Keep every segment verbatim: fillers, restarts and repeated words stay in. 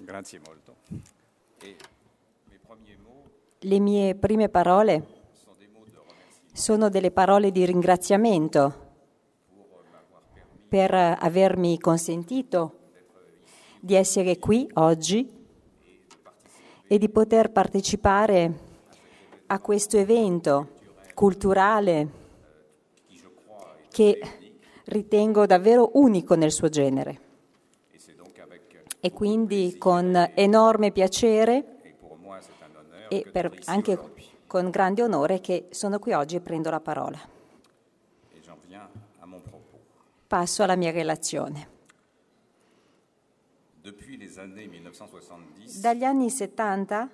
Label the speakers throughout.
Speaker 1: Grazie molto. E
Speaker 2: Le mie prime parole sono delle parole di ringraziamento per avermi consentito di essere qui oggi e di poter partecipare a questo evento culturale che ritengo davvero unico nel suo genere. E quindi con enorme piacere e per, anche con grande onore che sono qui oggi e prendo la parola. Passo alla mia relazione. Dagli anni settanta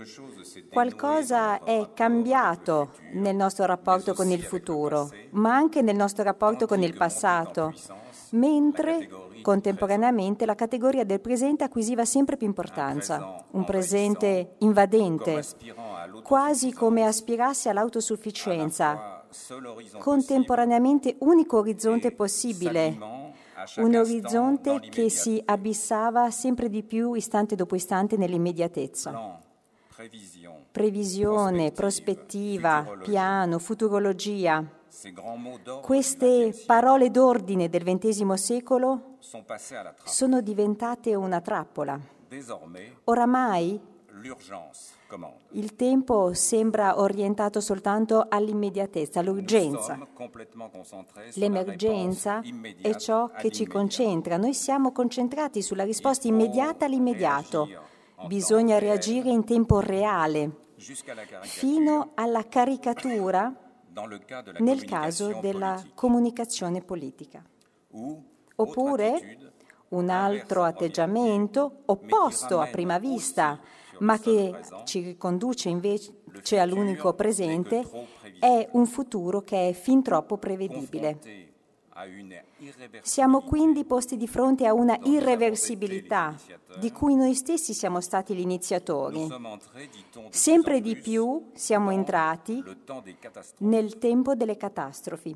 Speaker 2: qualcosa è cambiato nel nostro rapporto con il futuro, ma anche nel nostro rapporto con il passato, mentre contemporaneamente la categoria del presente acquisiva sempre più importanza, un presente invadente, quasi come aspirasse all'autosufficienza, contemporaneamente unico orizzonte possibile, un orizzonte che si abissava sempre di più istante dopo istante nell'immediatezza. Previsione, prospettiva, piano, futurologia. Queste parole d'ordine del ventesimo secolo sono diventate una trappola. Oramai il tempo sembra orientato soltanto all'immediatezza, all'urgenza. L'emergenza è ciò che ci concentra. Noi siamo concentrati sulla risposta immediata all'immediato. Bisogna reagire in tempo reale, fino alla caricatura nel caso della comunicazione politica. Oppure un altro atteggiamento opposto a prima vista, ma che ci riconduce invece all'unico presente, è un futuro che è fin troppo prevedibile. Siamo quindi posti di fronte a una irreversibilità di cui noi stessi siamo stati gli iniziatori. Sempre di più siamo entrati nel tempo delle catastrofi.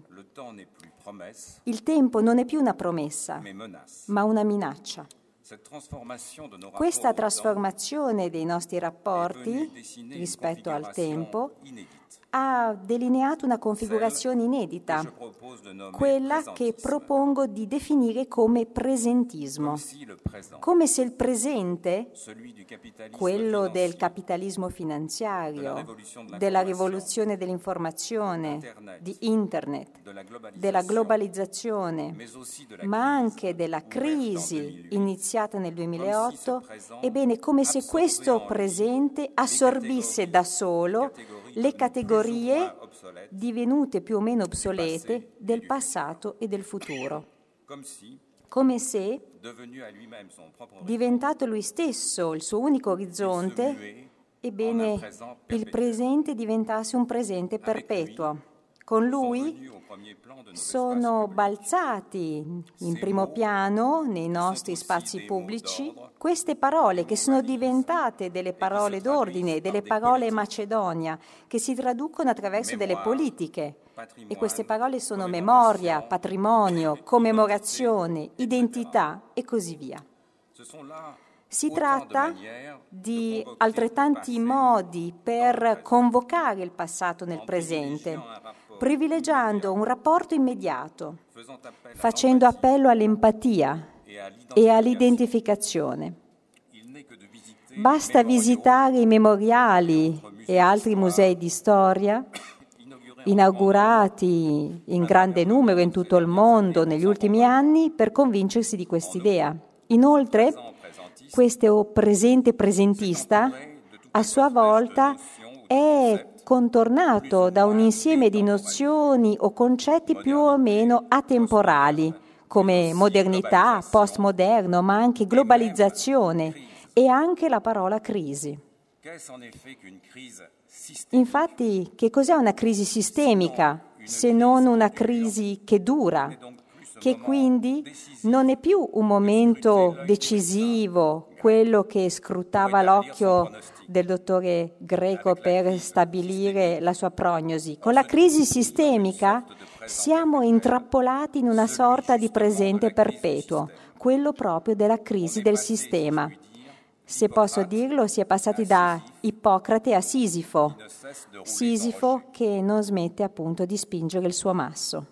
Speaker 2: Il tempo non è più una promessa, ma una minaccia. Questa trasformazione dei nostri rapporti rispetto al tempo ha delineato una configurazione inedita, quella che propongo di definire come presentismo, come se il presente, quello del capitalismo finanziario, della rivoluzione dell'informazione, di Internet, della globalizzazione, ma anche della crisi iniziata nel duemilaotto, ebbene come se questo presente assorbisse da solo le categorie divenute più o meno obsolete del passato e del futuro. Come se, diventato lui stesso il suo unico orizzonte, ebbene il presente diventasse un presente perpetuo. Con lui sono balzati in primo piano nei nostri spazi pubblici queste parole che sono diventate delle parole d'ordine, delle parole Macedonia, che si traducono attraverso delle politiche. E queste parole sono memoria, patrimonio, commemorazione, identità e così via. Si tratta di altrettanti modi per convocare il passato nel presente, privilegiando un rapporto immediato, facendo appello all'empatia e all'identificazione. Basta visitare i memoriali e altri musei di storia, inaugurati in grande numero in tutto il mondo negli ultimi anni, per convincersi di quest'idea. Inoltre, questo presente presentista, a sua volta, è contornato da un insieme di nozioni o concetti più o meno atemporali, come modernità, postmoderno, ma anche globalizzazione e anche la parola crisi. Infatti, che cos'è una crisi sistemica se non una crisi che dura, che quindi non è più un momento decisivo, quello che scrutava l'occhio del dottore Greco per stabilire la sua prognosi. Con la crisi sistemica siamo intrappolati in una sorta di presente perpetuo, quello proprio della crisi del sistema. se posso dirlo, si è passati da Ippocrate a Sisifo, Sisifo che non smette appunto di spingere il suo masso.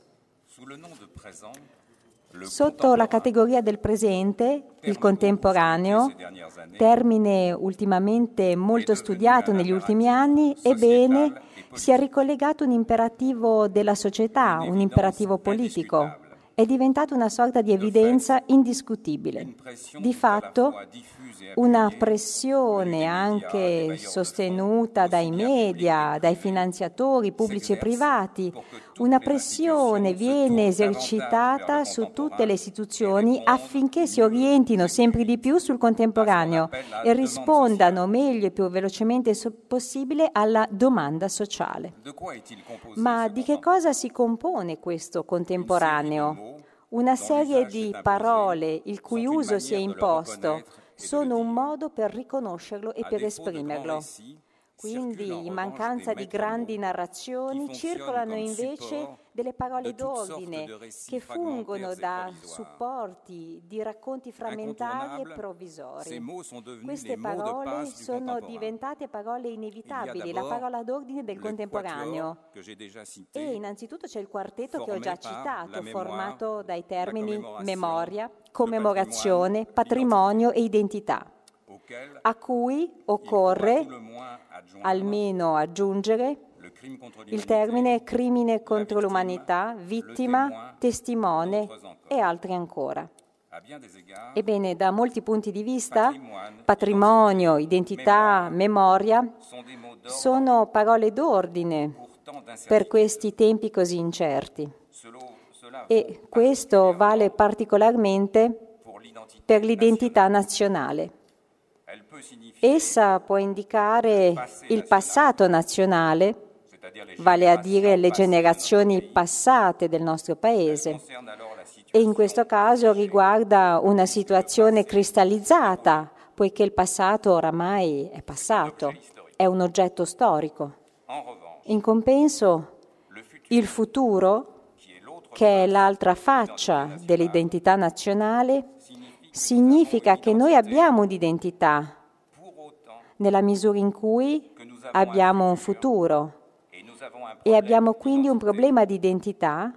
Speaker 2: Sotto la categoria del presente, il contemporaneo, termine ultimamente molto studiato negli ultimi anni, ebbene, si è ricollegato un imperativo della società, un imperativo politico. È diventato una sorta di evidenza indiscutibile. Di fatto, una pressione anche sostenuta dai media, dai finanziatori pubblici e privati, una pressione viene esercitata su tutte le istituzioni affinché si orientino sempre di più sul contemporaneo e rispondano meglio e più velocemente possibile alla domanda sociale. Ma di che cosa si compone questo contemporaneo? Una serie di parole il cui uso si è imposto sono un modo per riconoscerlo e per esprimerlo. Quindi, in mancanza di grandi narrazioni, circolano invece delle parole d'ordine che fungono da supporti di racconti frammentari e provvisori. Queste parole sono diventate parole inevitabili, la parola d'ordine del contemporaneo. E innanzitutto c'è il quartetto che ho già citato, formato dai termini memoria, commemorazione, patrimonio e identità, a cui occorre almeno aggiungere il termine crimine contro l'umanità, vittima, testimone e altri ancora. Ebbene, da molti punti di vista, patrimonio, identità, memoria sono parole d'ordine per questi tempi così incerti. E questo vale particolarmente per l'identità nazionale. Essa può indicare il passato nazionale, vale a dire le generazioni passate del nostro Paese, e in questo caso riguarda una situazione cristallizzata, poiché il passato oramai è passato, è un oggetto storico. In compenso, il futuro, che è l'altra faccia dell'identità nazionale, significa che noi abbiamo un'identità nella misura in cui abbiamo un futuro e abbiamo quindi un problema di identità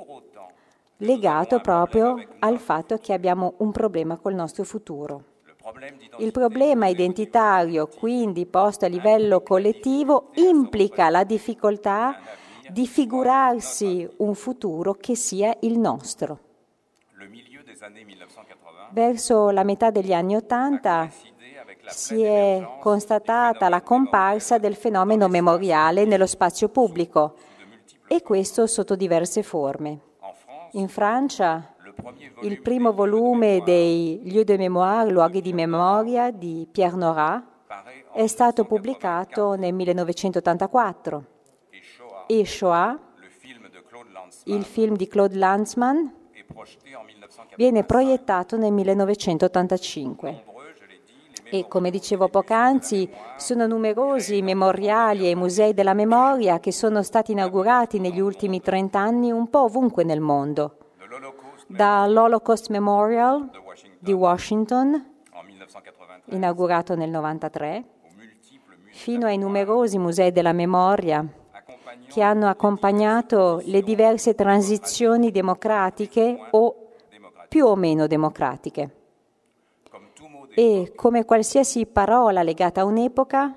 Speaker 2: legato proprio al fatto che abbiamo un problema col nostro futuro. Il problema identitario, quindi posto a livello collettivo, implica la difficoltà di figurarsi un futuro che sia il nostro. Verso la metà degli anni Ottanta si è constatata la comparsa del fenomeno memoriale nello spazio pubblico, e questo sotto diverse forme. In Francia, il primo volume dei Lieux de mémoire, luoghi di memoria, di Pierre Nora, è stato pubblicato nel millenovecentottantaquattro, e Shoah, il film di Claude Lanzmann, viene proiettato nel millenovecentottantacinque. E come dicevo poc'anzi, sono numerosi i memoriali e i musei della memoria che sono stati inaugurati negli ultimi trent'anni un po' ovunque nel mondo. Dall'Holocaust Memorial di Washington, inaugurato nel novantatré, fino ai numerosi musei della memoria che hanno accompagnato le diverse transizioni democratiche o più o meno democratiche. E come qualsiasi parola legata a un'epoca,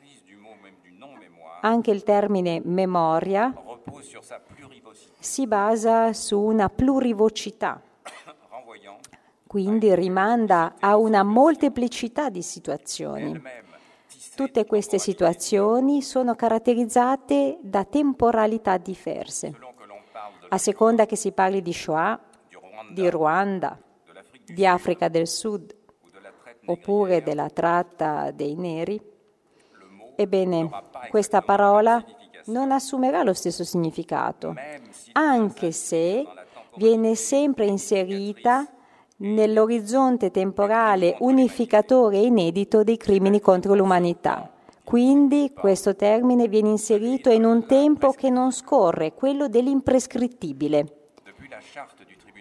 Speaker 2: anche il termine memoria si basa su una plurivocità, quindi rimanda a una molteplicità di situazioni. Tutte queste situazioni sono caratterizzate da temporalità diverse. A seconda che si parli di Shoah, di Ruanda, di Africa del Sud, oppure della tratta dei neri, ebbene, questa parola non assumerà lo stesso significato, anche se viene sempre inserita nell'orizzonte temporale unificatore e inedito dei crimini contro l'umanità. Quindi questo termine viene inserito in un tempo che non scorre, quello dell'imprescrittibile.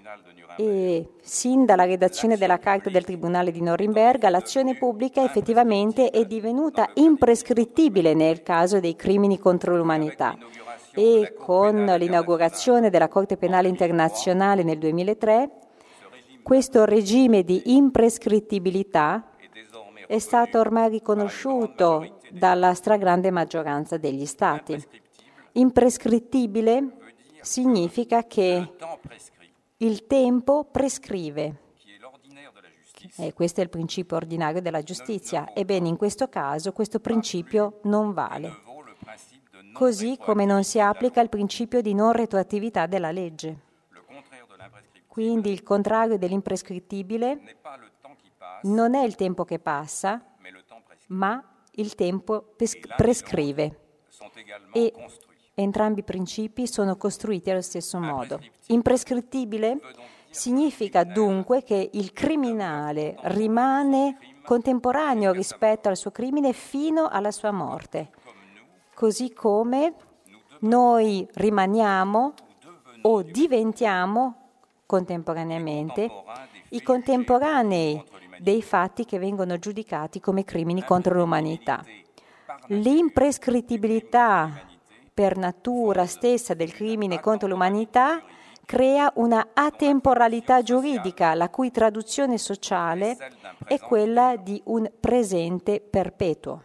Speaker 2: E sin dalla redazione della Carta del Tribunale di Norimberga, l'azione pubblica effettivamente è divenuta imprescrittibile nel caso dei crimini contro l'umanità. E con l'inaugurazione della Corte Penale Internazionale nel duemilatré, questo regime di imprescrittibilità è stato ormai riconosciuto dalla stragrande maggioranza degli Stati. Imprescrittibile significa che il tempo prescrive. E questo è il principio ordinario della giustizia. Ebbene, in questo caso questo principio non vale. Così come non si applica il principio di non retroattività della legge. Quindi il contrario dell'imprescrittibile non è il tempo che passa, ma il tempo prescrive. E entrambi i principi sono costruiti allo stesso modo. Imprescrittibile significa dunque che il criminale rimane contemporaneo rispetto al suo crimine fino alla sua morte, così come noi rimaniamo o diventiamo contemporaneamente i contemporanei dei fatti che vengono giudicati come crimini contro l'umanità. L'imprescrittibilità per natura stessa del crimine contro l'umanità crea una atemporalità giuridica, la cui traduzione sociale è quella di un presente perpetuo.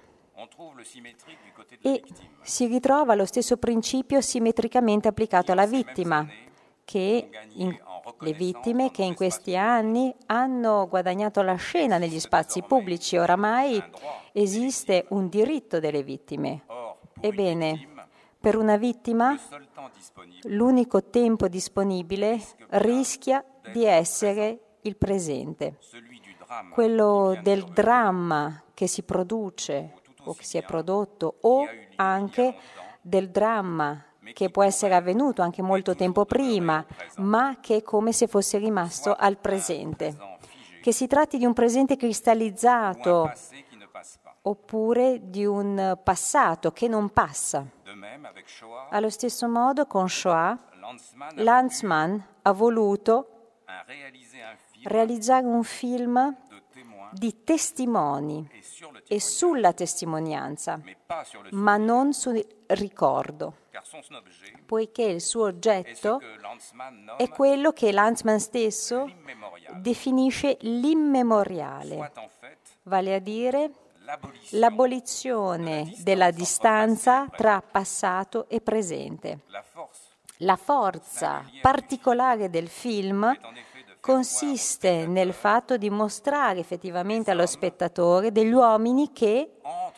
Speaker 2: E si ritrova lo stesso principio simmetricamente applicato alla vittima, che in, le vittime che in questi anni hanno guadagnato la scena negli spazi pubblici. Oramai esiste un diritto delle vittime. Ebbene, per una vittima l'unico tempo disponibile rischia di essere il presente, quello del dramma che si produce o che si è prodotto, o anche del dramma che può essere avvenuto anche molto tempo prima, ma che è come se fosse rimasto al presente. Che si tratti di un presente cristallizzato oppure di un passato che non passa. Allo stesso modo con Shoah, Lanzmann ha voluto realizzare un film di testimoni e sulla testimonianza, ma non sul ricordo, poiché il suo oggetto è quello che Lanzmann stesso definisce l'immemoriale, vale a dire l'abolizione della distanza tra passato e presente. La forza particolare del film consiste nel fatto di mostrare effettivamente allo spettatore degli uomini che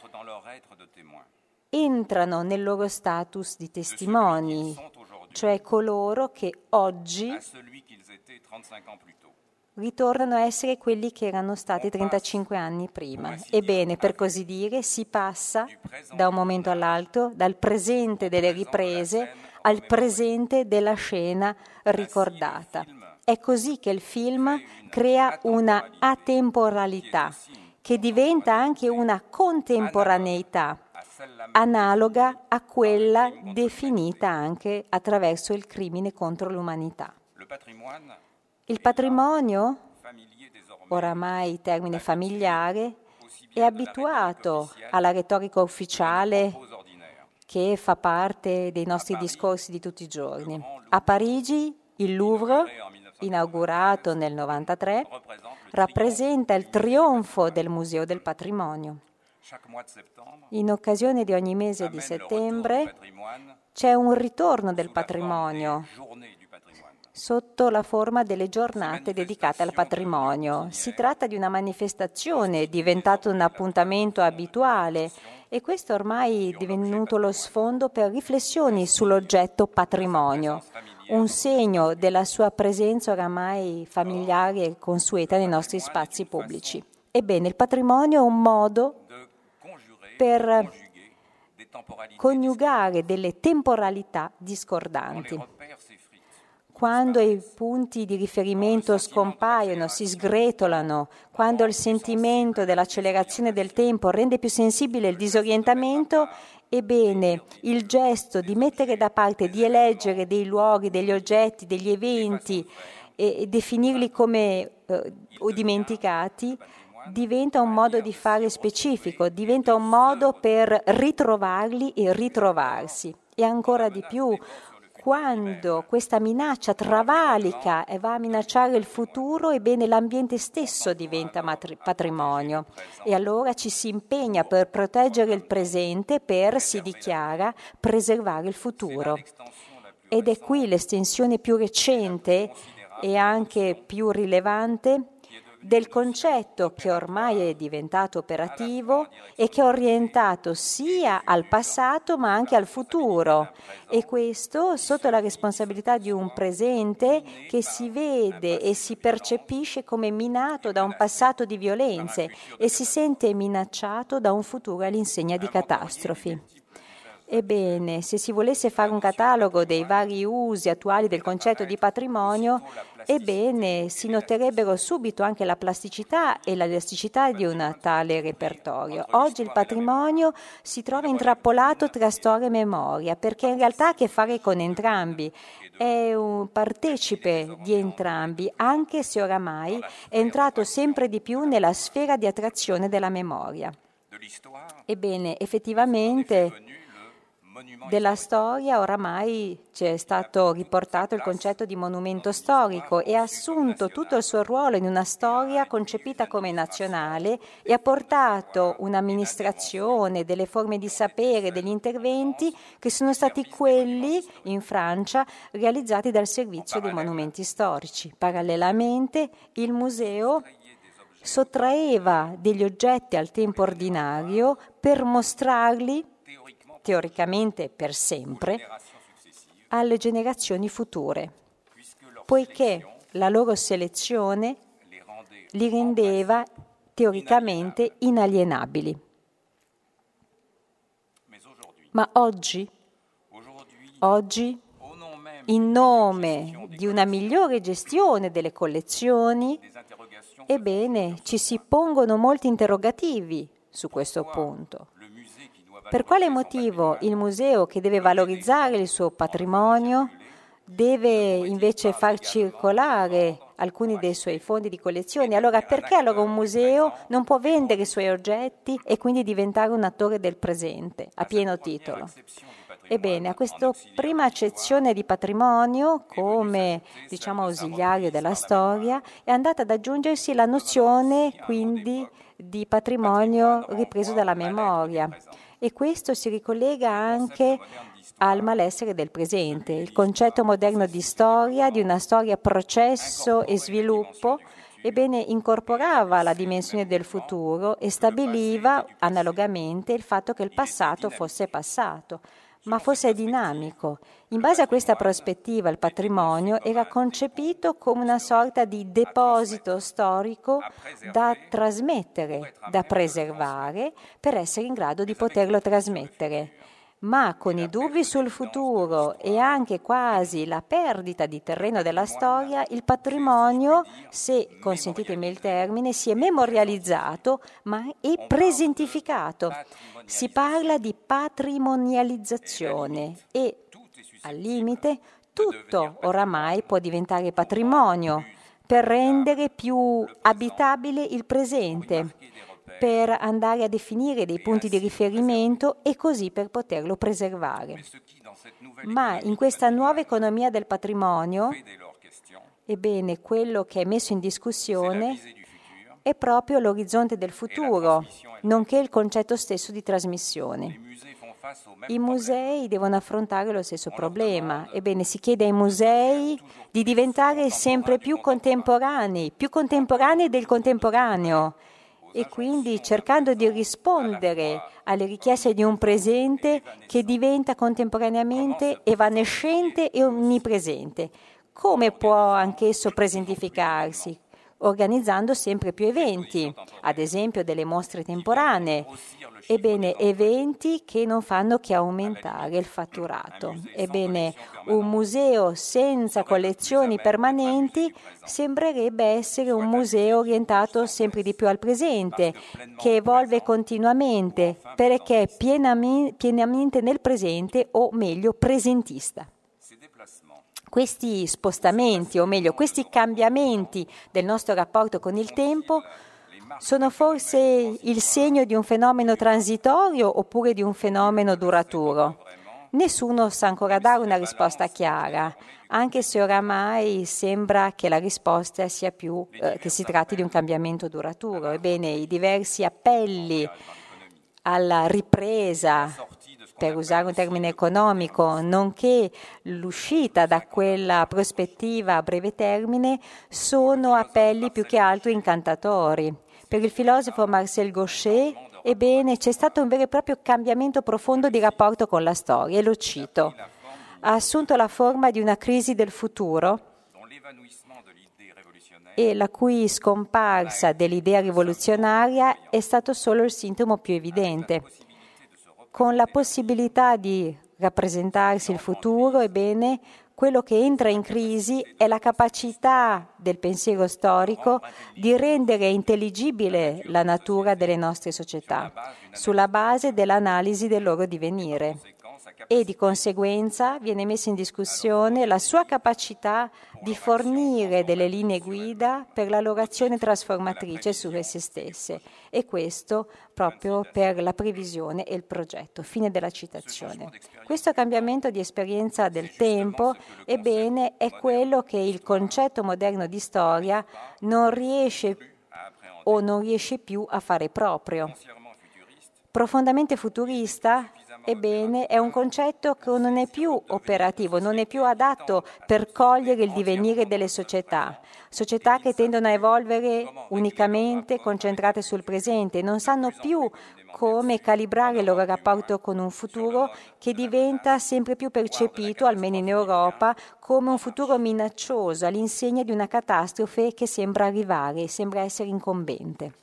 Speaker 2: entrano nel loro status di testimoni, cioè coloro che oggi ritornano a essere quelli che erano stati trentacinque anni prima. Ebbene, per così dire, si passa da un momento all'altro, dal presente delle riprese al presente della scena ricordata. È così che il film crea una atemporalità che diventa anche una contemporaneità analoga a quella definita anche attraverso il crimine contro l'umanità. Il patrimonio, oramai termine familiare, è abituato alla retorica ufficiale che fa parte dei nostri discorsi di tutti i giorni. A Parigi il Louvre, inaugurato nel novantatré, rappresenta il trionfo del Museo del Patrimonio. In occasione di ogni mese di settembre c'è un ritorno del patrimonio sotto la forma delle giornate dedicate al patrimonio. Si tratta di una manifestazione diventata un appuntamento abituale e questo ormai è divenuto lo sfondo per riflessioni sull'oggetto patrimonio, un segno della sua presenza oramai familiare e consueta nei nostri spazi pubblici. Ebbene, il patrimonio è un modo per coniugare delle temporalità discordanti. Quando i punti di riferimento scompaiono, si sgretolano, quando il sentimento dell'accelerazione del tempo rende più sensibile il disorientamento, ebbene, il gesto di mettere da parte, di eleggere dei luoghi, degli oggetti, degli eventi e definirli come eh, o dimenticati diventa un modo di fare specifico, diventa un modo per ritrovarli e ritrovarsi. E ancora di più, quando questa minaccia travalica e va a minacciare il futuro, ebbene l'ambiente stesso diventa matri- patrimonio. E allora ci si impegna per proteggere il presente, per, si dichiara, preservare il futuro. Ed è qui l'estensione più recente e anche più rilevante del concetto che ormai è diventato operativo e che è orientato sia al passato ma anche al futuro, e questo sotto la responsabilità di un presente che si vede e si percepisce come minato da un passato di violenze e si sente minacciato da un futuro all'insegna di catastrofi. Ebbene, se si volesse fare un catalogo dei vari usi attuali del concetto di patrimonio, ebbene, si noterebbero subito anche la plasticità e l'elasticità di un tale repertorio. Oggi il patrimonio si trova intrappolato tra storia e memoria, perché in realtà ha a che fare con entrambi, è un partecipe di entrambi, anche se oramai è entrato sempre di più nella sfera di attrazione della memoria. Ebbene, effettivamente, della storia oramai ci è stato riportato il concetto di monumento storico e ha assunto tutto il suo ruolo in una storia concepita come nazionale e ha portato un'amministrazione, delle forme di sapere, degli interventi che sono stati quelli in Francia realizzati dal servizio dei monumenti storici. Parallelamente il museo sottraeva degli oggetti al tempo ordinario per mostrarli teoricamente per sempre, alle generazioni future, poiché la loro selezione li rendeva teoricamente inalienabili. Ma oggi, oggi, in nome di una migliore gestione delle collezioni, ebbene, ci si pongono molti interrogativi su questo punto. Per quale motivo il museo, che deve valorizzare il suo patrimonio, deve invece far circolare alcuni dei suoi fondi di collezione? Allora perché allora un museo non può vendere i suoi oggetti e quindi diventare un attore del presente a pieno titolo? Ebbene, a questa prima accezione di patrimonio come, diciamo, ausiliario della storia è andata ad aggiungersi la nozione quindi di patrimonio ripreso dalla memoria. E questo si ricollega anche al malessere del presente. Il concetto moderno di storia, di una storia processo e sviluppo, ebbene incorporava la dimensione del futuro e stabiliva analogamente il fatto che il passato fosse passato, ma fosse dinamico. In base a questa prospettiva il patrimonio era concepito come una sorta di deposito storico da trasmettere, da preservare, per essere in grado di poterlo trasmettere. Ma con i dubbi sul futuro e anche quasi la perdita di terreno della storia, il patrimonio, se consentitemi il termine, si è memorializzato ma è presentificato. Si parla di patrimonializzazione e, al limite, tutto oramai può diventare patrimonio per rendere più abitabile il presente, per andare a definire dei punti di riferimento e così per poterlo preservare. Ma in questa nuova economia del patrimonio, ebbene, quello che è messo in discussione è proprio l'orizzonte del futuro, nonché il concetto stesso di trasmissione. I musei devono affrontare lo stesso problema. Ebbene, si chiede ai musei di diventare sempre più contemporanei, più contemporanei del contemporaneo, e quindi cercando di rispondere alle richieste di un presente che diventa contemporaneamente evanescente e onnipresente. Come può anch'esso presentificarsi? Organizzando sempre più eventi, ad esempio delle mostre temporanee. Ebbene, eventi che non fanno che aumentare il fatturato. Ebbene, un museo senza collezioni permanenti sembrerebbe essere un museo orientato sempre di più al presente, che evolve continuamente perché è pienamente nel presente, o meglio presentista. Questi spostamenti, o meglio, questi cambiamenti del nostro rapporto con il tempo sono forse il segno di un fenomeno transitorio oppure di un fenomeno duraturo? Nessuno sa ancora dare una risposta chiara, anche se oramai sembra che la risposta sia più eh, che si tratti di un cambiamento duraturo. Ebbene, i diversi appelli alla ripresa, per usare un termine economico, nonché l'uscita da quella prospettiva a breve termine, sono appelli più che altro incantatori. Per il filosofo Marcel Gauchet, ebbene, c'è stato un vero e proprio cambiamento profondo di rapporto con la storia, e lo cito. Ha assunto la forma di una crisi del futuro e la cui scomparsa dell'idea rivoluzionaria è stato solo il sintomo più evidente. Con la possibilità di rappresentarsi il futuro, ebbene, quello che entra in crisi è la capacità del pensiero storico di rendere intelligibile la natura delle nostre società sulla base dell'analisi del loro divenire, e di conseguenza viene messa in discussione la sua capacità di fornire delle linee guida per la loro azione trasformatrice su esse stesse, e questo proprio per la previsione e il progetto. Fine della citazione. Questo cambiamento di esperienza del tempo, ebbene, è quello che il concetto moderno di storia non riesce o non riesce più a fare proprio. Profondamente futurista, ebbene, è un concetto che non è più operativo, non è più adatto per cogliere il divenire delle società. Società che tendono a evolvere unicamente concentrate sul presente, non sanno più come calibrare il loro rapporto con un futuro che diventa sempre più percepito, almeno in Europa, come un futuro minaccioso, all'insegna di una catastrofe che sembra arrivare, sembra essere incombente.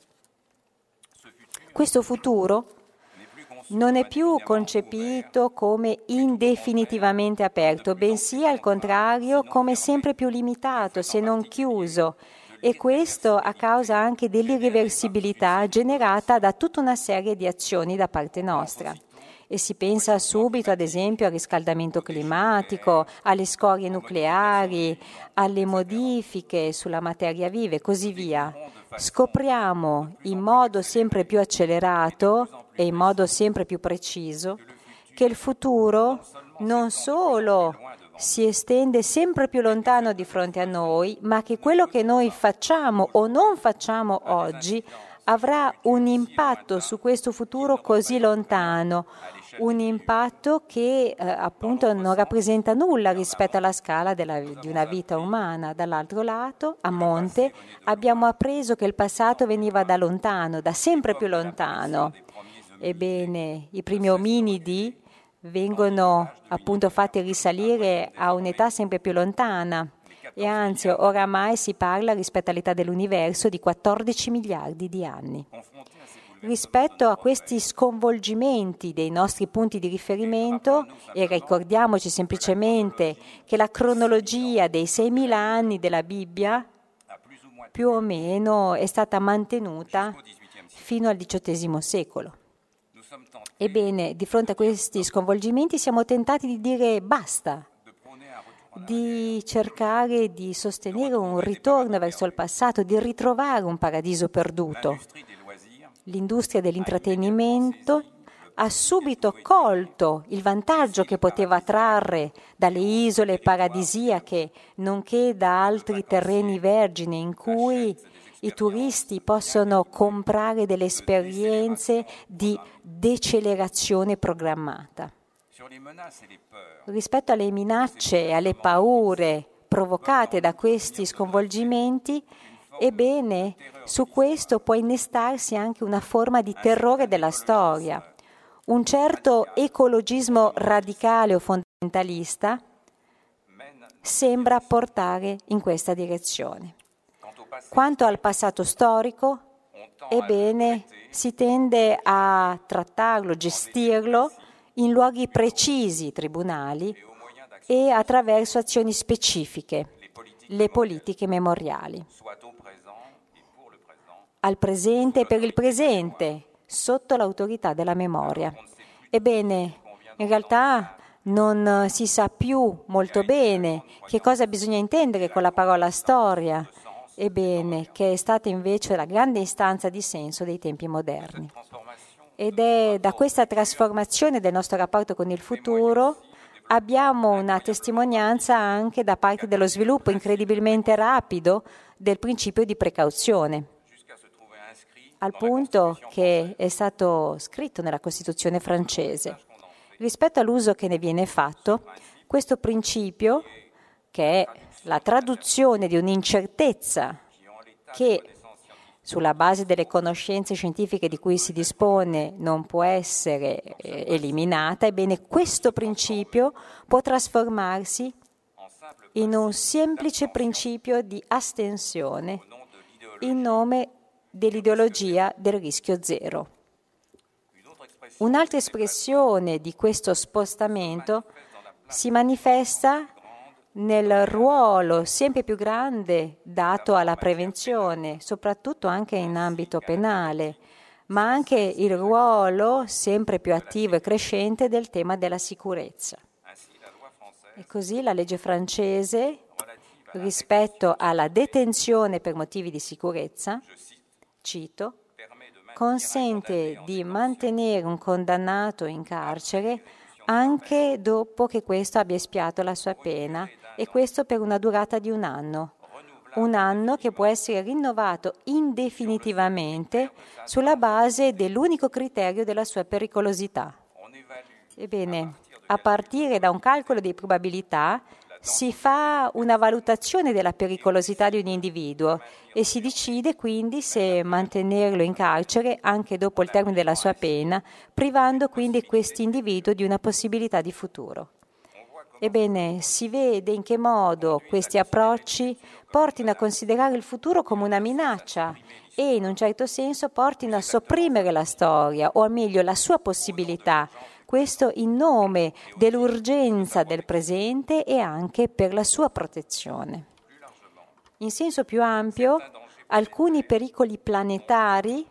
Speaker 2: Questo futuro non è più concepito come indefinitivamente aperto, bensì al contrario come sempre più limitato, se non chiuso, e questo a causa anche dell'irreversibilità generata da tutta una serie di azioni da parte nostra. E si pensa subito, ad esempio, al riscaldamento climatico, alle scorie nucleari, alle modifiche sulla materia viva e così via. Scopriamo in modo sempre più accelerato e in modo sempre più preciso che il futuro non solo si estende sempre più lontano di fronte a noi, ma che quello che noi facciamo o non facciamo oggi avrà un impatto su questo futuro così lontano, un impatto che eh, appunto non rappresenta nulla rispetto alla scala della, di una vita umana. Dall'altro lato, a monte, abbiamo appreso che il passato veniva da lontano, da sempre più lontano. Ebbene, i primi ominidi vengono appunto fatti risalire a un'età sempre più lontana, e anzi oramai si parla rispetto all'età dell'universo di quattordici miliardi di anni. Rispetto a questi sconvolgimenti dei nostri punti di riferimento, e ricordiamoci semplicemente che la cronologia dei seimila anni della Bibbia più o meno è stata mantenuta fino al diciottesimo secolo. Ebbene, di fronte a questi sconvolgimenti siamo tentati di dire basta, di cercare di sostenere un ritorno verso il passato, di ritrovare un paradiso perduto. L'industria dell'intrattenimento ha subito colto il vantaggio che poteva trarre dalle isole paradisiache, nonché da altri terreni vergini in cui i turisti possono comprare delle esperienze di decelerazione programmata. Rispetto alle minacce e alle paure provocate da questi sconvolgimenti, ebbene, su questo può innestarsi anche una forma di terrore della storia. Un certo ecologismo radicale o fondamentalista sembra portare in questa direzione. Quanto al passato storico, ebbene, si tende a trattarlo, gestirlo in luoghi precisi, tribunali, e attraverso azioni specifiche, le politiche memoriali. Al presente e per il presente, sotto l'autorità della memoria. Ebbene, in realtà non si sa più molto bene che cosa bisogna intendere con la parola storia, ebbene, che è stata invece la grande istanza di senso dei tempi moderni. Ed è da questa trasformazione del nostro rapporto con il futuro abbiamo una testimonianza anche da parte dello sviluppo incredibilmente rapido del principio di precauzione, al punto che è stato scritto nella Costituzione francese. Rispetto all'uso che ne viene fatto, questo principio, che è la traduzione di un'incertezza che sulla base delle conoscenze scientifiche di cui si dispone non può essere eh, eliminata, ebbene questo principio può trasformarsi in un semplice principio di astensione in nome dell'ideologia del rischio zero. Un'altra espressione di questo spostamento si manifesta nel ruolo sempre più grande dato alla prevenzione, soprattutto anche in ambito penale, ma anche il ruolo sempre più attivo e crescente del tema della sicurezza. E così la legge francese, rispetto alla detenzione per motivi di sicurezza, cito, consente di mantenere un condannato in carcere anche dopo che questo abbia espiato la sua pena, e questo per una durata di un anno. Un anno che può essere rinnovato indefinitivamente sulla base dell'unico criterio della sua pericolosità. Ebbene, a partire da un calcolo di probabilità si fa una valutazione della pericolosità di un individuo e si decide quindi se mantenerlo in carcere anche dopo il termine della sua pena, privando quindi questo individuo di una possibilità di futuro. Ebbene, si vede in che modo questi approcci portino a considerare il futuro come una minaccia e in un certo senso portino a sopprimere la storia, o meglio la sua possibilità, questo in nome dell'urgenza del presente e anche per la sua protezione. In senso più ampio, alcuni pericoli planetari,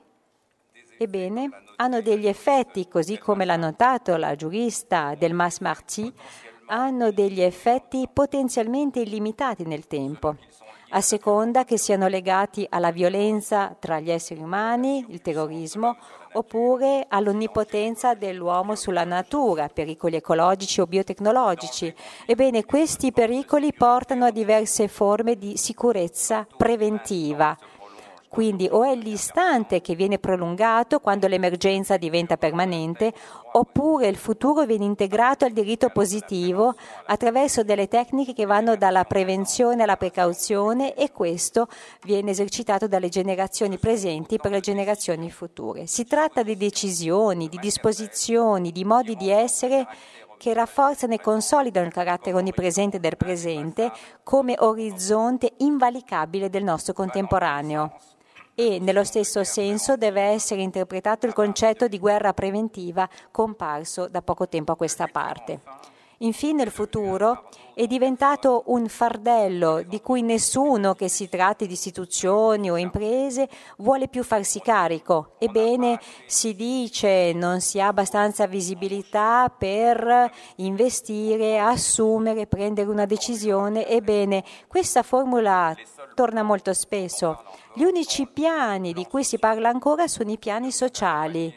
Speaker 2: ebbene, hanno degli effetti, così come l'ha notato la giurista Delmas Marty, hanno degli effetti potenzialmente illimitati nel tempo, a seconda che siano legati alla violenza tra gli esseri umani, il terrorismo, oppure all'onnipotenza dell'uomo sulla natura, pericoli ecologici o biotecnologici. Ebbene, questi pericoli portano a diverse forme di sicurezza preventiva. Quindi o è l'istante che viene prolungato quando l'emergenza diventa permanente, oppure il futuro viene integrato al diritto positivo attraverso delle tecniche che vanno dalla prevenzione alla precauzione, e questo viene esercitato dalle generazioni presenti per le generazioni future. Si tratta di decisioni, di disposizioni, di modi di essere che rafforzano e consolidano il carattere onnipresente del presente come orizzonte invalicabile del nostro contemporaneo. E nello stesso senso deve essere interpretato il concetto di guerra preventiva comparso da poco tempo a questa parte. Infine, il futuro è diventato un fardello di cui nessuno, che si tratti di istituzioni o imprese, vuole più farsi carico. Ebbene, si dice non si ha abbastanza visibilità per investire, assumere, prendere una decisione. Ebbene, questa formula torna molto spesso. Gli unici piani di cui si parla ancora sono i piani sociali,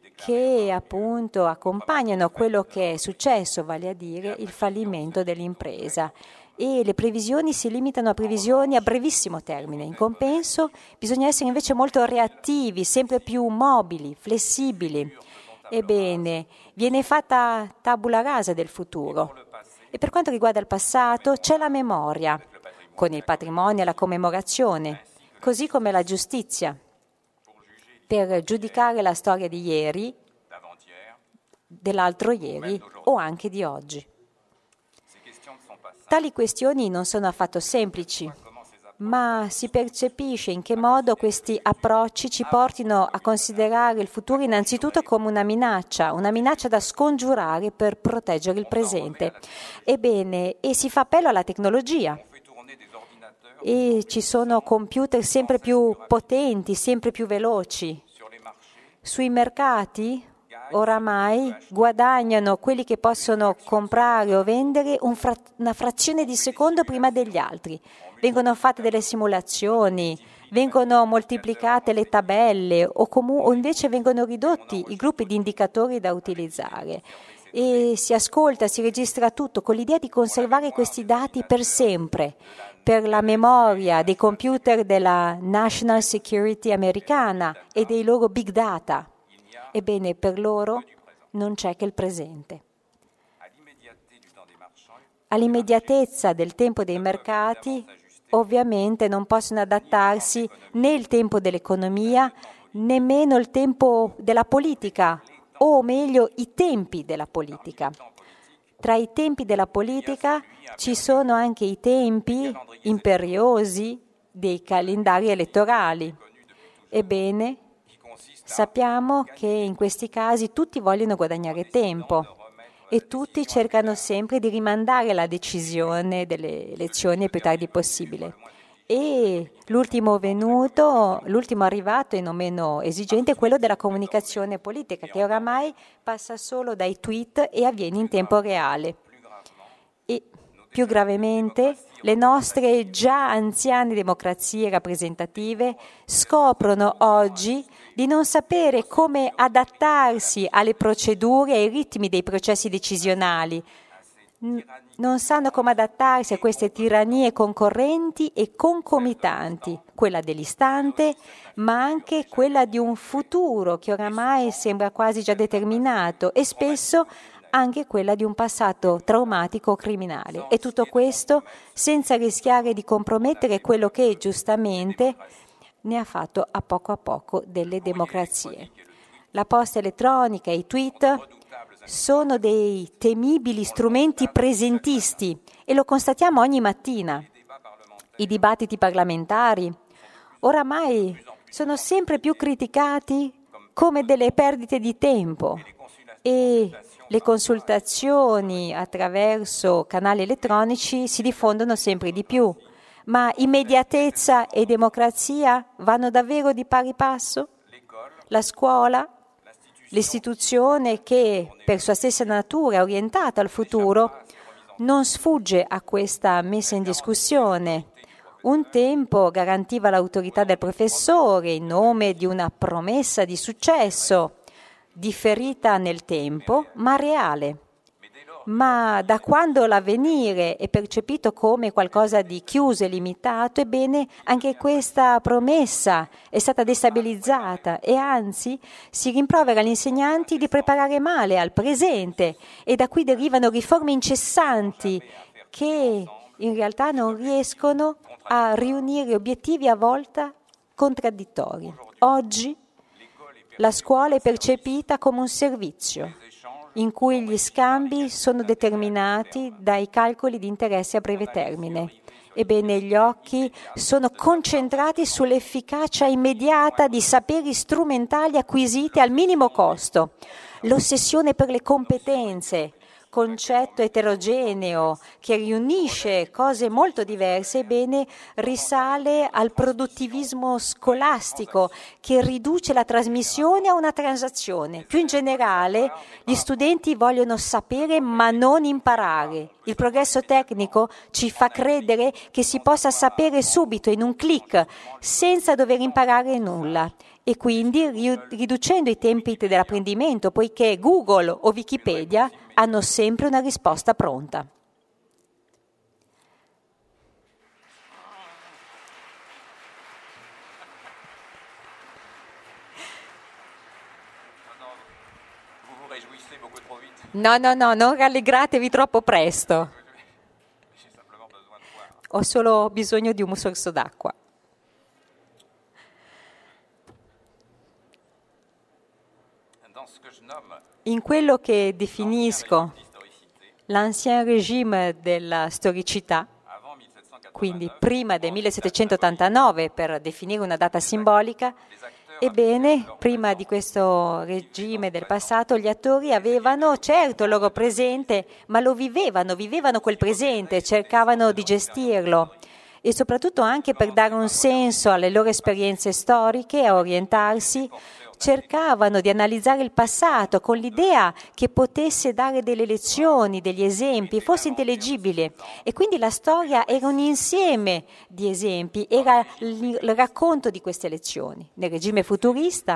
Speaker 2: che appunto accompagnano quello che è successo, vale a dire il fallimento dell'impresa. E le previsioni si limitano a previsioni a brevissimo termine. In compenso bisogna essere invece molto reattivi, sempre più mobili, flessibili. Ebbene, viene fatta tabula rasa del futuro. E per quanto riguarda il passato, c'è la memoria, con il patrimonio e la commemorazione, così come la giustizia, per giudicare la storia di ieri, dell'altro ieri o anche di oggi. Tali questioni non sono affatto semplici, ma si percepisce in che modo questi approcci ci portino a considerare il futuro innanzitutto come una minaccia, una minaccia da scongiurare per proteggere il presente. Ebbene, e si fa appello alla tecnologia. E ci sono computer sempre più potenti, sempre più veloci. Sui mercati oramai guadagnano quelli che possono comprare o vendere un fra- una frazione di secondo prima degli altri. Vengono fatte delle simulazioni, vengono moltiplicate le tabelle o, comu- o invece vengono ridotti i gruppi di indicatori da utilizzare. E si ascolta, si registra tutto con l'idea di conservare questi dati per sempre, per la memoria dei computer della National Security americana e dei loro big data. Ebbene, per loro non c'è che il presente. All'immediatezza del tempo dei mercati, ovviamente non possono adattarsi né il tempo dell'economia, nemmeno il tempo della politica, o meglio i tempi della politica. Tra i tempi della politica ci sono anche i tempi imperiosi dei calendari elettorali. Ebbene, sappiamo che in questi casi tutti vogliono guadagnare tempo e tutti cercano sempre di rimandare la decisione delle elezioni il più tardi possibile. E l'ultimo venuto, l'ultimo arrivato e non meno esigente è quello della comunicazione politica, che oramai passa solo dai tweet e avviene in tempo reale. E più gravemente, le nostre già anziane democrazie rappresentative scoprono oggi di non sapere come adattarsi alle procedure e ai ritmi dei processi decisionali. Non sanno come adattarsi a queste tirannie concorrenti e concomitanti, quella dell'istante, ma anche quella di un futuro che oramai sembra quasi già determinato e spesso anche quella di un passato traumatico o criminale. E tutto questo senza rischiare di compromettere quello che giustamente ne ha fatto a poco a poco delle democrazie. La posta elettronica e i tweet sono dei temibili strumenti presentisti e lo constatiamo ogni mattina. I dibattiti parlamentari oramai sono sempre più criticati come delle perdite di tempo e le consultazioni attraverso canali elettronici si diffondono sempre di più. Ma immediatezza e democrazia vanno davvero di pari passo? La scuola, l'istituzione che per sua stessa natura è orientata al futuro, non sfugge a questa messa in discussione. Un tempo garantiva l'autorità del professore in nome di una promessa di successo, differita nel tempo, ma reale. Ma da quando l'avvenire è percepito come qualcosa di chiuso e limitato, ebbene anche questa promessa è stata destabilizzata e anzi si rimprovera agli insegnanti di preparare male al presente e da qui derivano riforme incessanti che in realtà non riescono a riunire obiettivi a volte contraddittori. Oggi la scuola è percepita come un servizio in cui gli scambi sono determinati dai calcoli di interesse a breve termine. Ebbene, gli occhi sono concentrati sull'efficacia immediata di saperi strumentali acquisiti al minimo costo. L'ossessione per le competenze, concetto eterogeneo che riunisce cose molto diverse, ebbene risale al produttivismo scolastico che riduce la trasmissione a una transazione. Più in generale, gli studenti vogliono sapere ma non imparare. Il progresso tecnico ci fa credere che si possa sapere subito in un clic senza dover imparare nulla. E quindi riducendo i tempi dell'apprendimento, poiché Google o Wikipedia hanno sempre una risposta pronta. No, no, no, non rallegratevi troppo presto. Ho solo bisogno di un sorso d'acqua. In quello che definisco l'ancien régime della storicità, quindi prima del millesettecentottantanove per definire una data simbolica, ebbene, prima di questo regime del passato, gli attori avevano certo il loro presente, ma lo vivevano, vivevano quel presente, cercavano di gestirlo. e soprattutto anche per dare un senso alle loro esperienze storiche e a orientarsi, cercavano di analizzare il passato con l'idea che potesse dare delle lezioni, degli esempi, fosse intelligibile. E quindi la storia era un insieme di esempi, era il racconto di queste lezioni. Nel regime futurista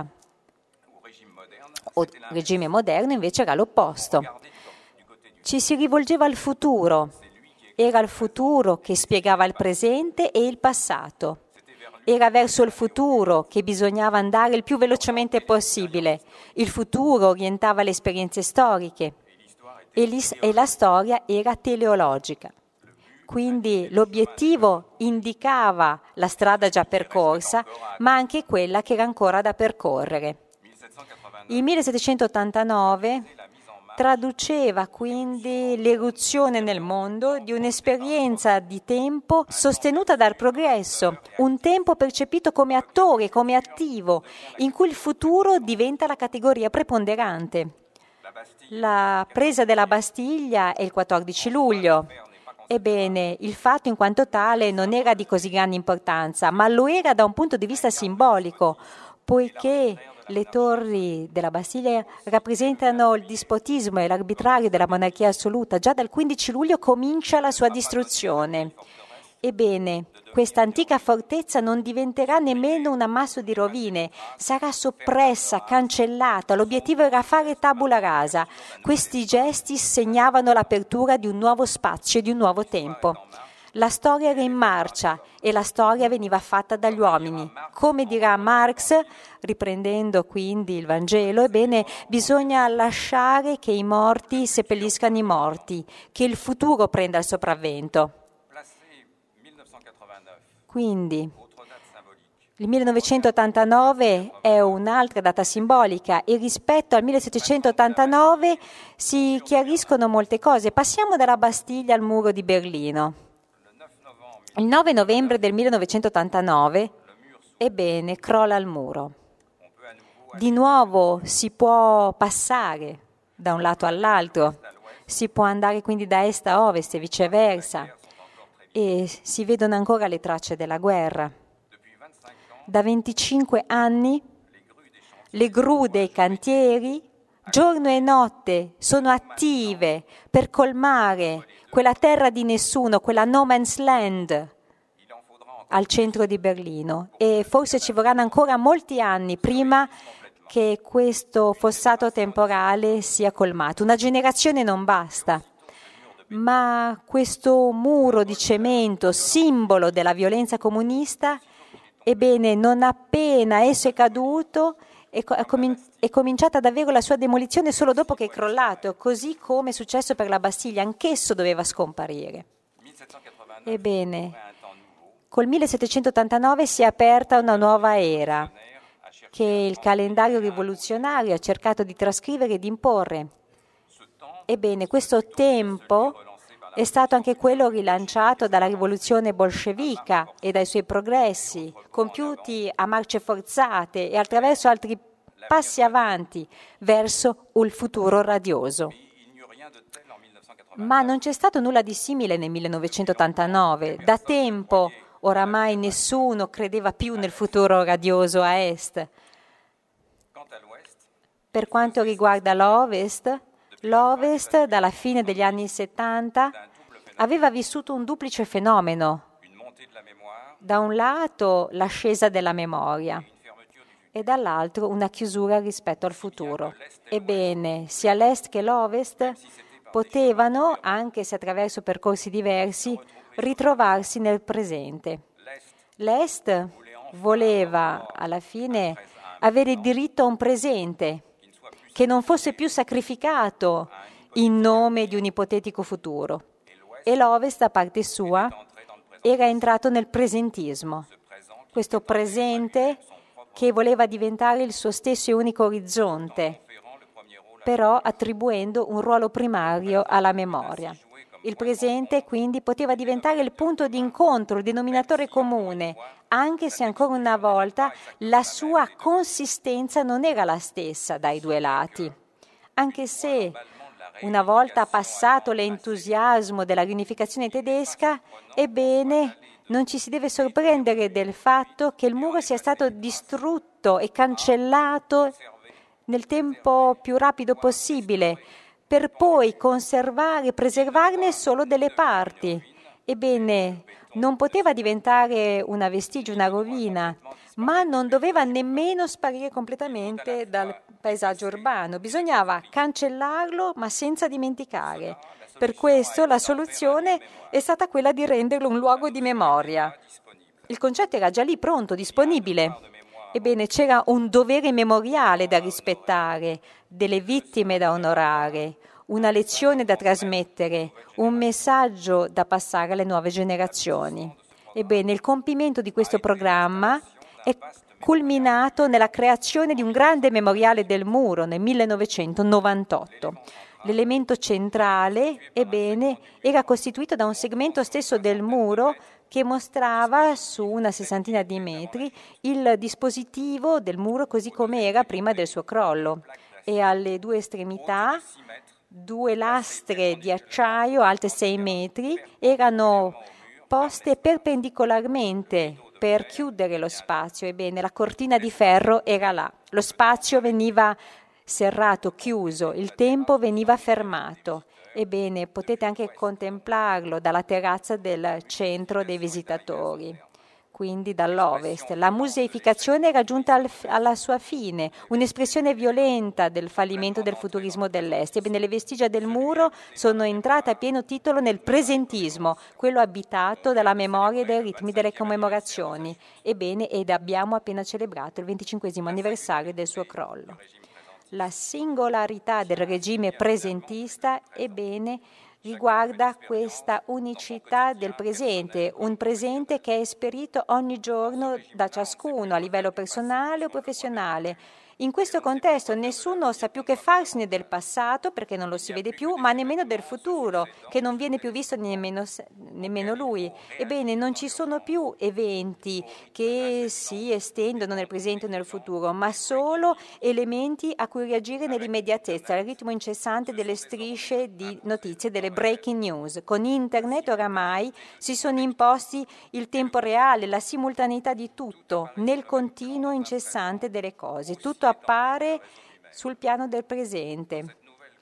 Speaker 2: o regime moderno invece era l'opposto. Ci si rivolgeva al futuro, era il futuro che spiegava il presente e il passato. Era verso il futuro che bisognava andare il più velocemente possibile. Il futuro orientava le esperienze storiche e, e la storia era teleologica. Quindi l'obiettivo indicava la strada già percorsa, ma anche quella che era ancora da percorrere. Il millesettecentottantanove traduceva quindi l'eruzione nel mondo di un'esperienza di tempo sostenuta dal progresso, un tempo percepito come attore, come attivo, in cui il futuro diventa la categoria preponderante. La presa della Bastiglia è il quattordici luglio. Ebbene, il fatto in quanto tale non era di così grande importanza, ma lo era da un punto di vista simbolico, poiché le torri della Bastiglia rappresentano il dispotismo e l'arbitrario della monarchia assoluta. Già dal quindici luglio comincia la sua distruzione. Ebbene, questa antica fortezza non diventerà nemmeno un ammasso di rovine, sarà soppressa, cancellata. L'obiettivo era fare tabula rasa. Questi gesti segnavano l'apertura di un nuovo spazio e di un nuovo tempo. La storia era in marcia e la storia veniva fatta dagli uomini. Come dirà Marx, riprendendo quindi il Vangelo, ebbene, bisogna lasciare che i morti seppelliscano i morti, che il futuro prenda il sopravvento. Quindi, il millenovecentottantanove è un'altra data simbolica e rispetto al millesettecentottantanove si chiariscono molte cose. Passiamo dalla Bastiglia al muro di Berlino. Il nove novembre del millenovecentottantanove, ebbene, crolla il muro. Di nuovo si può passare da un lato all'altro, si può andare quindi da est a ovest e viceversa, e si vedono ancora le tracce della guerra. Da venticinque anni le gru dei cantieri, giorno e notte, sono attive per colmare quella terra di nessuno, quella no man's land al centro di Berlino, e forse ci vorranno ancora molti anni prima che questo fossato temporale sia colmato. Una generazione non basta, ma questo muro di cemento, simbolo della violenza comunista, ebbene, non appena esso è caduto, è, comin- è cominciata davvero la sua demolizione solo dopo che è crollato, così come è successo per la Bastiglia, anch'esso doveva scomparire. Ebbene, col millesettecentottantanove si è aperta una nuova era che il calendario rivoluzionario ha cercato di trascrivere e di imporre. Ebbene, questo tempo è stato anche quello rilanciato dalla rivoluzione bolscevica e dai suoi progressi, compiuti a marce forzate e attraverso altri passi avanti verso il futuro radioso. Ma non c'è stato nulla di simile nel millenovecentottantanove. Da tempo oramai nessuno credeva più nel futuro radioso a est. Per quanto riguarda l'Ovest, l'Ovest dalla fine degli anni settanta aveva vissuto un duplice fenomeno. Da un lato l'ascesa della memoria e dall'altro una chiusura rispetto al futuro. Ebbene, sia l'Est che l'Ovest potevano, anche se attraverso percorsi diversi, ritrovarsi nel presente. L'Est voleva alla fine avere diritto a un presente che non fosse più sacrificato in nome di un ipotetico futuro. E l'Ovest, da parte sua, era entrato nel presentismo. Questo presente che voleva diventare il suo stesso e unico orizzonte, però attribuendo un ruolo primario alla memoria. Il presente, quindi, poteva diventare il punto di incontro, il denominatore comune, anche se ancora una volta la sua consistenza non era la stessa dai due lati. Anche se, una volta passato l'entusiasmo della riunificazione tedesca, ebbene, non ci si deve sorprendere del fatto che il muro sia stato distrutto e cancellato nel tempo più rapido possibile, per poi conservare e preservarne solo delle parti. Ebbene, non poteva diventare una vestigia, una rovina, ma non doveva nemmeno sparire completamente dal paesaggio urbano. Bisognava cancellarlo, ma senza dimenticare. Per questo la soluzione è stata quella di renderlo un luogo di memoria. Il concetto era già lì, pronto, disponibile. Ebbene, c'era un dovere memoriale da rispettare, delle vittime da onorare, una lezione da trasmettere, un messaggio da passare alle nuove generazioni. Ebbene, il compimento di questo programma è culminato nella creazione di un grande memoriale del muro nel millenovecentonovantotto. L'elemento centrale, ebbene, era costituito da un segmento stesso del muro che mostrava su una sessantina di metri il dispositivo del muro così come era prima del suo crollo. E alle due estremità, due lastre di acciaio alte sei metri erano poste perpendicolarmente per chiudere lo spazio. Ebbene, la cortina di ferro era là. Lo spazio veniva serrato, chiuso, il tempo veniva fermato. Ebbene, potete anche contemplarlo dalla terrazza del centro dei visitatori, quindi dall'ovest. La museificazione era giunta al, alla sua fine, un'espressione violenta del fallimento del futurismo dell'est. Ebbene, le vestigia del muro sono entrate a pieno titolo nel presentismo, quello abitato dalla memoria e dai ritmi delle commemorazioni. Ebbene, ed abbiamo appena celebrato il venticinquesimo anniversario del suo crollo. La singolarità del regime presentista, ebbene, riguarda questa unicità del presente, un presente che è esperito ogni giorno da ciascuno a livello personale o professionale. In questo contesto nessuno sa più che farsene del passato perché non lo si vede più, ma nemmeno del futuro, che non viene più visto nemmeno, nemmeno lui. Ebbene, non ci sono più eventi che si estendono nel presente o nel futuro, ma solo elementi a cui reagire nell'immediatezza, al ritmo incessante delle strisce di notizie, delle breaking news. Con Internet oramai si sono imposti il tempo reale, la simultaneità di tutto, nel continuo incessante delle cose. Tutto appare sul piano del presente.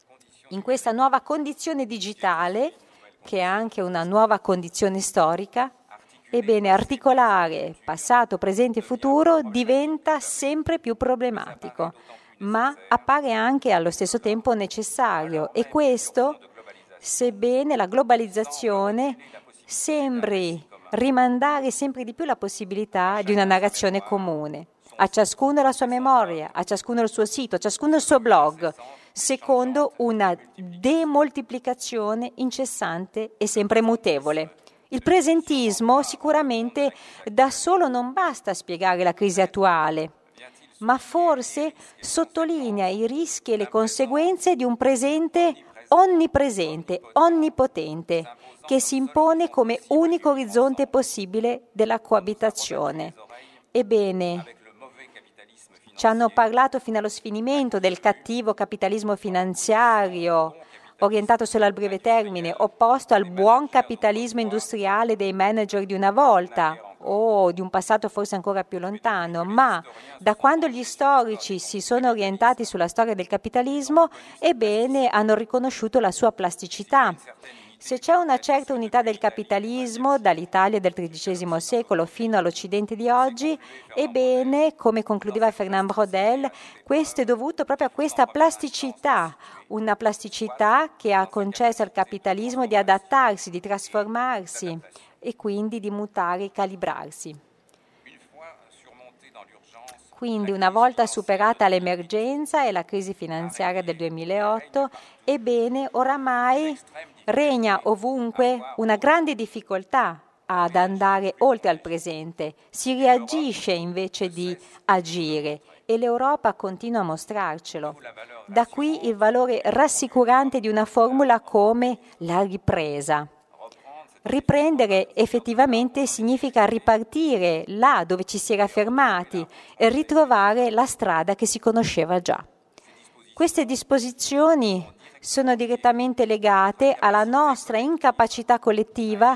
Speaker 2: In questa nuova condizione digitale, che è anche una nuova condizione storica, ebbene, articolare passato, presente e futuro diventa sempre più problematico, ma appare anche allo stesso tempo necessario. E questo, sebbene la globalizzazione sembri rimandare sempre di più la possibilità di una narrazione comune. A ciascuno la sua memoria, a ciascuno il suo sito, a ciascuno il suo blog, secondo una demoltiplicazione incessante e sempre mutevole. Il presentismo sicuramente da solo non basta a spiegare la crisi attuale, ma forse sottolinea i rischi e le conseguenze di un presente onnipresente, onnipotente, che si impone come unico orizzonte possibile della coabitazione. Ebbene, ci hanno parlato fino allo sfinimento del cattivo capitalismo finanziario, orientato solo al breve termine, opposto al buon capitalismo industriale dei manager di una volta o di un passato forse ancora più lontano, ma da quando gli storici si sono orientati sulla storia del capitalismo, ebbene, hanno riconosciuto la sua plasticità. Se c'è una certa unità del capitalismo, dall'Italia del tredicesimo secolo fino all'Occidente di oggi, ebbene, come concludeva Fernand Braudel, questo è dovuto proprio a questa plasticità, una plasticità che ha concesso al capitalismo di adattarsi, di trasformarsi e quindi di mutare e calibrarsi. Quindi, una volta superata l'emergenza e la crisi finanziaria del duemilaotto, ebbene, oramai regna ovunque una grande difficoltà ad andare oltre al presente. Si reagisce invece di agire e l'Europa continua a mostrarcelo. Da qui il valore rassicurante di una formula come la ripresa. Riprendere effettivamente significa ripartire là dove ci si era fermati e ritrovare la strada che si conosceva già. Queste disposizioni sono direttamente legate alla nostra incapacità collettiva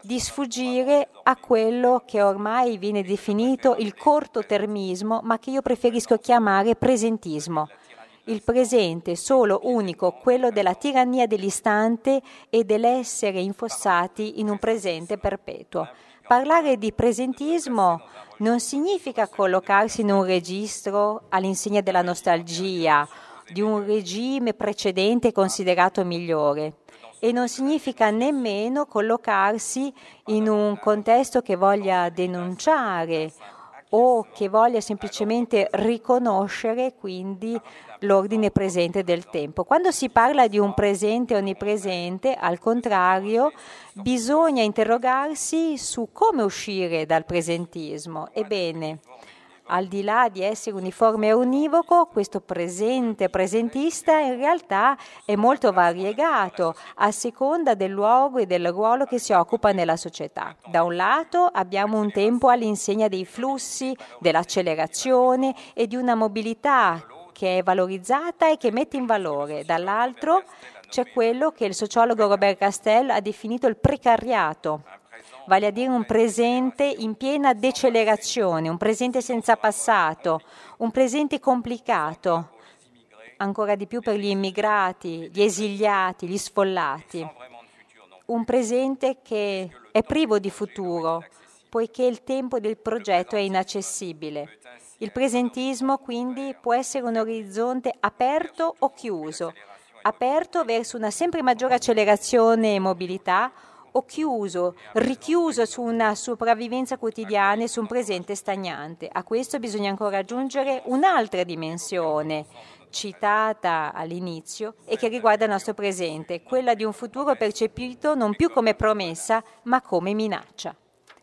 Speaker 2: di sfuggire a quello che ormai viene definito il cortotermismo, ma che io preferisco chiamare presentismo. Il presente solo, unico, quello della tirannia dell'istante e dell'essere infossati in un presente perpetuo. Parlare di presentismo non significa collocarsi in un registro all'insegna della nostalgia, di un regime precedente considerato migliore, e non significa nemmeno collocarsi in un contesto che voglia denunciare o che voglia semplicemente riconoscere quindi l'ordine presente del tempo. Quando si parla di un presente onnipresente, al contrario, bisogna interrogarsi su come uscire dal presentismo. Ebbene, al di là di essere uniforme e univoco, questo presente presentista in realtà è molto variegato a seconda del luogo e del ruolo che si occupa nella società. Da un lato abbiamo un tempo all'insegna dei flussi, dell'accelerazione e di una mobilità che è valorizzata e che mette in valore. Dall'altro c'è quello che il sociologo Robert Castel ha definito il precariato, vale a dire un presente in piena decelerazione, un presente senza passato, un presente complicato, ancora di più per gli immigrati, gli esiliati, gli sfollati. Un presente che è privo di futuro, poiché il tempo del progetto è inaccessibile. Il presentismo quindi può essere un orizzonte aperto o chiuso, aperto verso una sempre maggiore accelerazione e mobilità, o chiuso, richiuso su una sopravvivenza quotidiana e su un presente stagnante. A questo bisogna ancora aggiungere un'altra dimensione, citata all'inizio, e che riguarda il nostro presente, quella di un futuro percepito non più come promessa, ma come minaccia.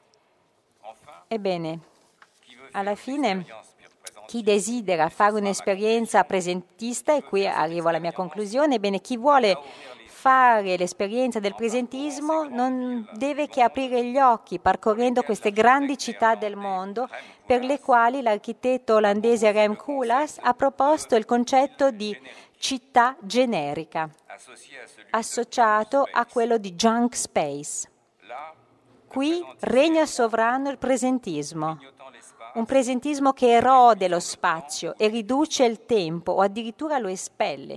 Speaker 2: Ebbene, alla fine, chi desidera fare un'esperienza presentista, e qui arrivo alla mia conclusione, ebbene, chi vuole fare l'esperienza del presentismo non deve che aprire gli occhi percorrendo queste grandi città del mondo per le quali l'architetto olandese Rem Koolhaas ha proposto il concetto di città generica, associato a quello di junk space. Qui regna sovrano il presentismo, un presentismo che erode lo spazio e riduce il tempo o addirittura lo espelle.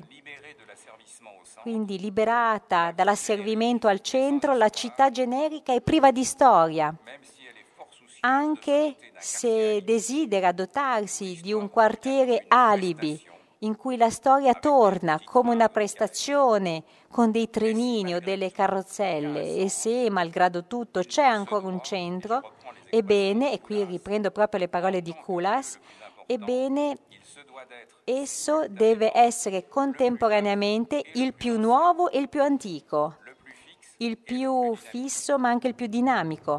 Speaker 2: Quindi, liberata dall'asservimento al centro, la città generica è priva di storia, anche se desidera dotarsi di un quartiere alibi in cui la storia torna come una prestazione con dei trenini o delle carrozzelle, e se, malgrado tutto, c'è ancora un centro, ebbene, e qui riprendo proprio le parole di Koolhaas, ebbene, esso deve essere contemporaneamente il più nuovo e il più antico, il più fisso ma anche il più dinamico.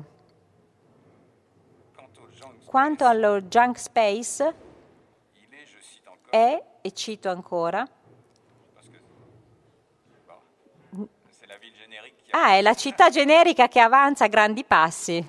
Speaker 2: Quanto allo junk space, è, e cito ancora, ah, è la città generica che avanza a grandi passi.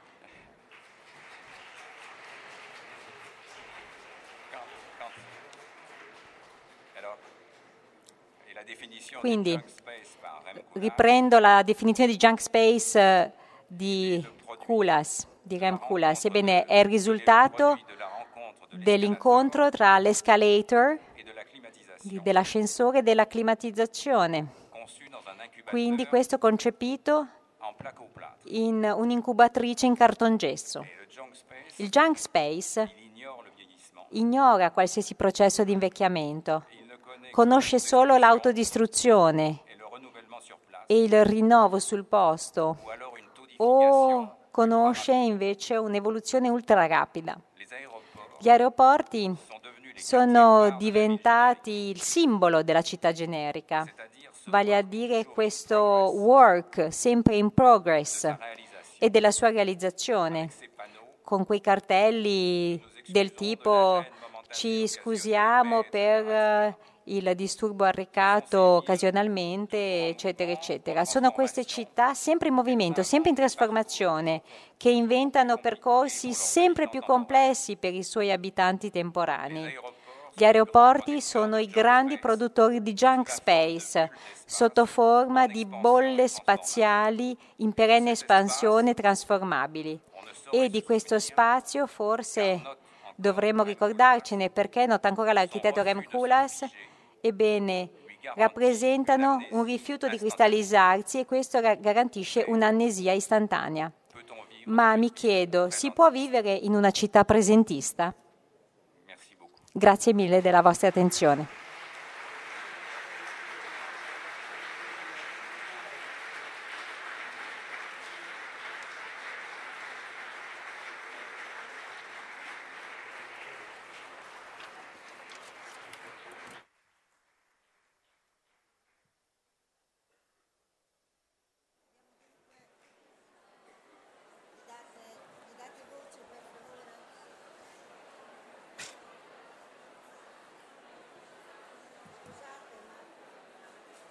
Speaker 2: Quindi riprendo la definizione di junk space di Koolhaas, di Rem Koolhaas. Ebbene, è il risultato dell'incontro tra l'escalator, dell'ascensore e della climatizzazione. Quindi questo concepito in un'incubatrice in cartongesso. Il junk space ignora qualsiasi processo di invecchiamento, conosce solo l'autodistruzione e il rinnovo sul posto, o conosce invece un'evoluzione ultra rapida. Gli aeroporti sono diventati il simbolo della città generica, vale a dire questo work sempre in progress e della sua realizzazione, con quei cartelli del tipo ci scusiamo per il disturbo arrecato occasionalmente, eccetera, eccetera. Sono queste città sempre in movimento, sempre in trasformazione, che inventano percorsi sempre più complessi per i suoi abitanti temporanei. Gli aeroporti sono i grandi produttori di junk space, sotto forma di bolle spaziali in perenne espansione trasformabili. E di questo spazio forse dovremmo ricordarcene, perché nota ancora l'architetto Rem Koolhaas, ebbene, rappresentano un rifiuto di cristallizzarsi e questo garantisce un'amnesia istantanea. Ma mi chiedo, si può vivere in una città presentista? Grazie mille della vostra attenzione.